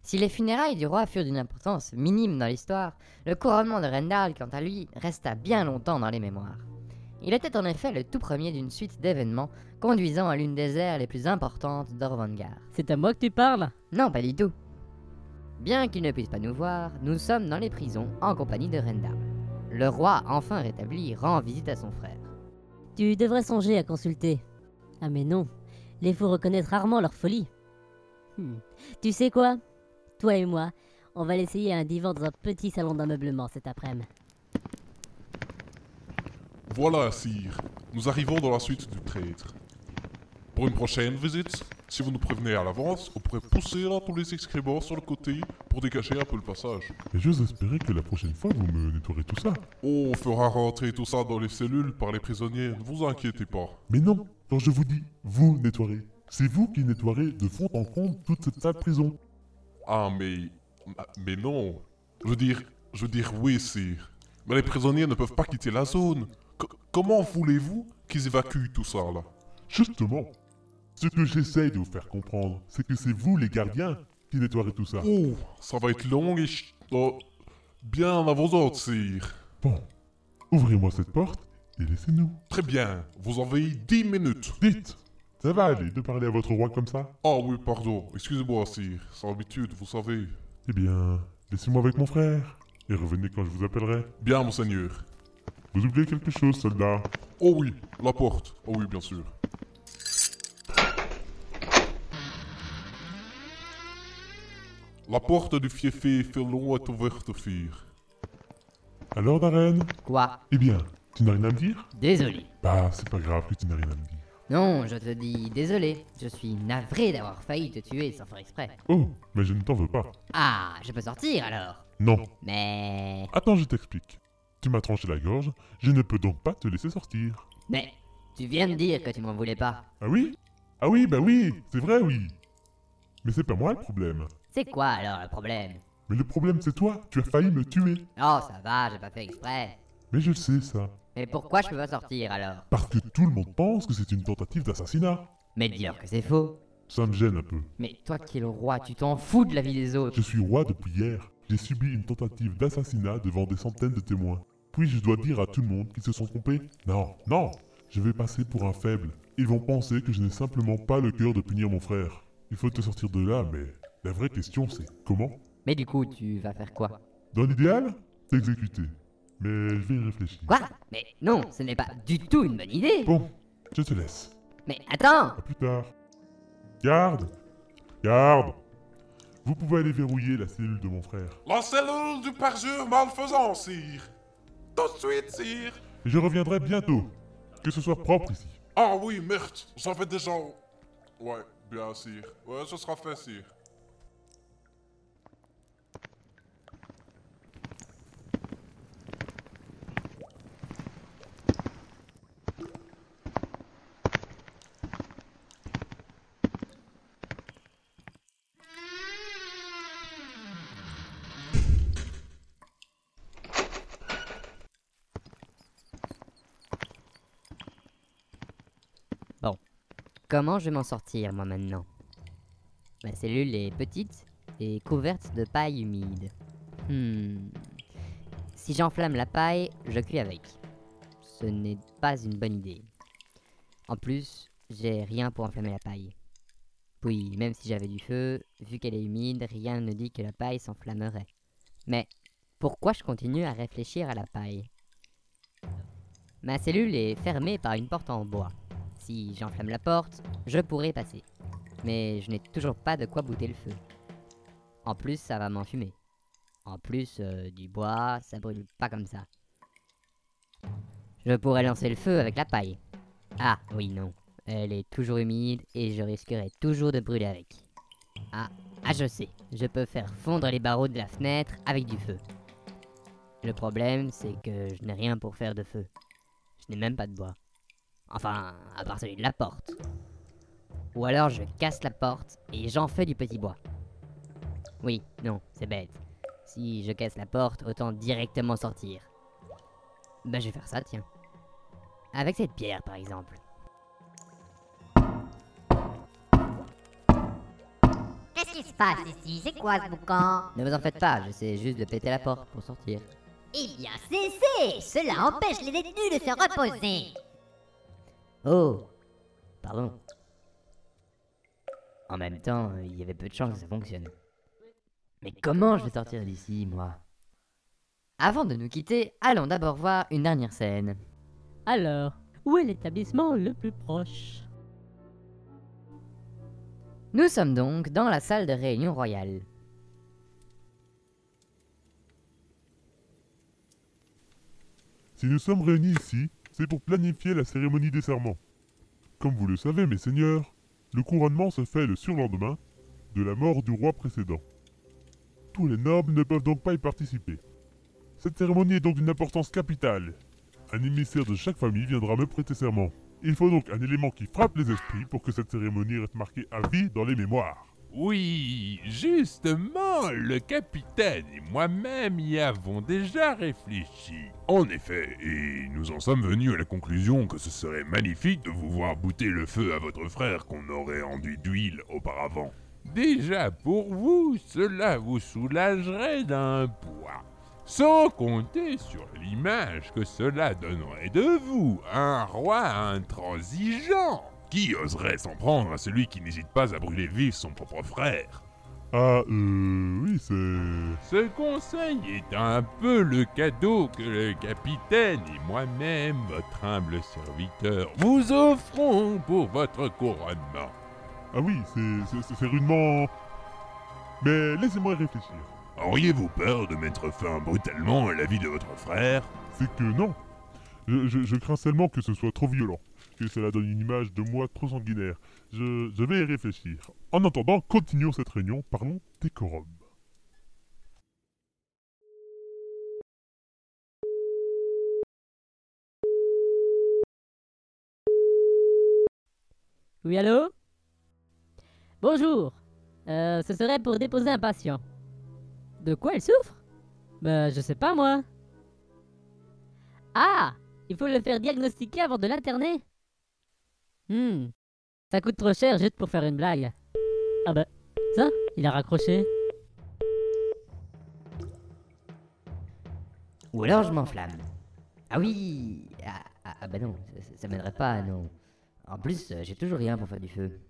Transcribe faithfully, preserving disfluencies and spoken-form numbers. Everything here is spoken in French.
Si les funérailles du roi furent d'une importance minime dans l'histoire, le couronnement de Rendal, quant à lui, resta bien longtemps dans les mémoires. Il était en effet le tout premier d'une suite d'événements conduisant à l'une des ères les plus importantes d'Orvangar. C'est à moi que tu parles? Non, pas du tout. Bien qu'il ne puisse pas nous voir, nous sommes dans les prisons en compagnie de Rendal. Le roi, enfin rétabli, rend visite à son frère. Tu devrais songer à consulter. Ah mais non, les fous reconnaissent rarement leur folie. Hmm. Tu sais quoi? Toi et moi, on va l'essayer un divan dans un petit salon d'ameublement cet après-midi. Voilà, sire. Nous arrivons dans la suite du traître. Pour une prochaine visite, si vous nous prévenez à l'avance, on pourrait pousser là tous les excréments sur le côté pour dégager un peu le passage. Et j'ose espérer que la prochaine fois, vous me nettoierez tout ça. On fera rentrer tout ça dans les cellules par les prisonniers, ne vous inquiétez pas. Mais non, quand je vous dis « vous nettoierez », c'est vous qui nettoierez de fond en comble toute cette sale prison. Ah, mais... Mais non. Je veux dire... Je veux dire oui, sire. Mais les prisonniers ne peuvent pas quitter la zone. C- comment voulez-vous qu'ils évacuent tout ça, là? Justement, ce que j'essaye de vous faire comprendre, c'est que c'est vous les gardiens qui nettoierez tout ça. Oh, ça va être long et... ch- oh, bien à vos ordres, sire. Bon, ouvrez-moi cette porte et laissez-nous. Très bien, vous avez dix minutes. Dites, ça va aller de parler à votre roi comme ça? Ah oui, pardon, excusez-moi, sire. C'est l'habitude, vous savez. Eh bien, laissez-moi avec mon frère et revenez quand je vous appellerai. Bien, monseigneur. Vous oubliez quelque chose, soldat? Oh oui, la porte. Oh oui, bien sûr. La porte du fiefé Felon est ouverte, fire. Alors, Darren? Quoi? Eh bien, tu n'as rien à me dire? Désolé. Bah, c'est pas grave que tu n'as rien à me dire. Non, je te dis désolé. Je suis navré d'avoir failli te tuer sans faire exprès. Oh, mais je ne t'en veux pas. Ah, je peux sortir alors? Non. Mais... Attends, je t'explique. Tu m'as tranché la gorge, je ne peux donc pas te laisser sortir. Mais... Tu viens de dire que tu m'en voulais pas. Ah oui? Ah oui, bah oui, c'est vrai, oui. Mais c'est pas moi le problème. C'est quoi alors le problème? Mais le problème c'est toi, tu as failli me tuer. Oh, ça va, j'ai pas fait exprès. Mais je le sais ça. Mais pourquoi je peux pas sortir alors? Parce que tout le monde pense que c'est une tentative d'assassinat. Mais dis-leur que c'est faux. Ça me gêne un peu. Mais toi qui es le roi, tu t'en fous de la vie des autres. Je suis roi depuis hier. J'ai subi une tentative d'assassinat devant des centaines de témoins. Puis je dois dire à tout le monde qu'ils se sont trompés? Non, non. Je vais passer pour un faible. Ils vont penser que je n'ai simplement pas le cœur de punir mon frère. Il faut te sortir de là, mais la vraie question c'est comment? Mais du coup, tu vas faire quoi? Dans l'idéal, t'exécuter. Mais je vais y réfléchir. Quoi? Mais non, ce n'est pas du tout une bonne idée. Bon, je te laisse. Mais attends! À plus tard. Garde! Garde! Vous pouvez aller verrouiller la cellule de mon frère. La cellule du parjure malfaisant, sire. Tout de suite, sire. Et je reviendrai bientôt. Que ce soit propre ici. Ah oui, merde. Ça fait déjà... Ouais, bien, sire. Ouais, ce sera fait, sire. Bon, comment je vais m'en sortir, moi, maintenant? Ma cellule est petite et couverte de paille humide. Hmm... Si j'enflamme la paille, je cuis avec. Ce n'est pas une bonne idée. En plus, j'ai rien pour enflammer la paille. Puis, même si j'avais du feu, vu qu'elle est humide, rien ne dit que la paille s'enflammerait. Mais, pourquoi je continue à réfléchir à la paille? Ma cellule est fermée par une porte en bois. Si j'enflamme la porte, je pourrai passer. Mais je n'ai toujours pas de quoi bouter le feu. En plus, ça va m'enfumer. En plus, euh, du bois, ça brûle pas comme ça. Je pourrais lancer le feu avec la paille. Ah, oui, non. Elle est toujours humide et je risquerais toujours de brûler avec. Ah, ah, je sais. Je peux faire fondre les barreaux de la fenêtre avec du feu. Le problème, c'est que je n'ai rien pour faire de feu. Je n'ai même pas de bois. Enfin, à part celui de la porte. Ou alors je casse la porte et j'en fais du petit bois. Oui, non, c'est bête. Si je casse la porte, autant directement sortir. Ben je vais faire ça, tiens. Avec cette pierre, par exemple. Qu'est-ce qui se passe ici? C'est quoi ce boucan? Ne vous en faites pas, j'essaie juste de péter la porte pour sortir. Eh bien, cessez! Cela empêche les détenus de se reposer! Oh, pardon. En même temps, il y avait peu de chances que ça fonctionne. Mais comment je vais sortir d'ici, moi? Avant de nous quitter, allons d'abord voir une dernière scène. Alors, où est l'établissement le plus proche? Nous sommes donc dans la salle de réunion royale. Si nous sommes réunis ici, c'est pour planifier la cérémonie des serments. Comme vous le savez, mes seigneurs, le couronnement se fait le surlendemain de la mort du roi précédent. Tous les nobles ne peuvent donc pas y participer. Cette cérémonie est donc d'une importance capitale. Un émissaire de chaque famille viendra me prêter serment. Il faut donc un élément qui frappe les esprits pour que cette cérémonie reste marquée à vie dans les mémoires. Oui, justement, le capitaine et moi-même y avons déjà réfléchi. En effet, et nous en sommes venus à la conclusion que ce serait magnifique de vous voir bouter le feu à votre frère qu'on aurait enduit d'huile auparavant. Déjà pour vous, cela vous soulagerait d'un poids. Sans compter sur l'image que cela donnerait de vous, un roi intransigeant. Qui oserait s'en prendre à celui qui n'hésite pas à brûler vif son propre frère? Ah, euh, oui, c'est... Ce conseil est un peu le cadeau que le capitaine et moi-même, votre humble serviteur, vous offrons pour votre couronnement. Ah oui, c'est, c'est, c'est rudement... Mais laissez-moi réfléchir. Auriez-vous peur de mettre fin brutalement à la vie de votre frère? C'est que non. Je, je, je crains seulement que ce soit trop violent, que cela donne une image de moi trop sanguinaire. Je, je vais y réfléchir. En attendant, continuons cette réunion, parlons décorum. Oui, allô? Bonjour. Euh, ce serait pour déposer un patient. De quoi il souffre? Ben, je sais pas, moi. Ah! Il faut le faire diagnostiquer avant de l'interner? Hmm. Ça coûte trop cher juste pour faire une blague. Ah bah, ça, il a raccroché. Ou alors je m'enflamme. Ah oui. Ah, ah, ah bah non, ça, ça m'aiderait pas, non. En plus, euh, j'ai toujours rien pour faire du feu.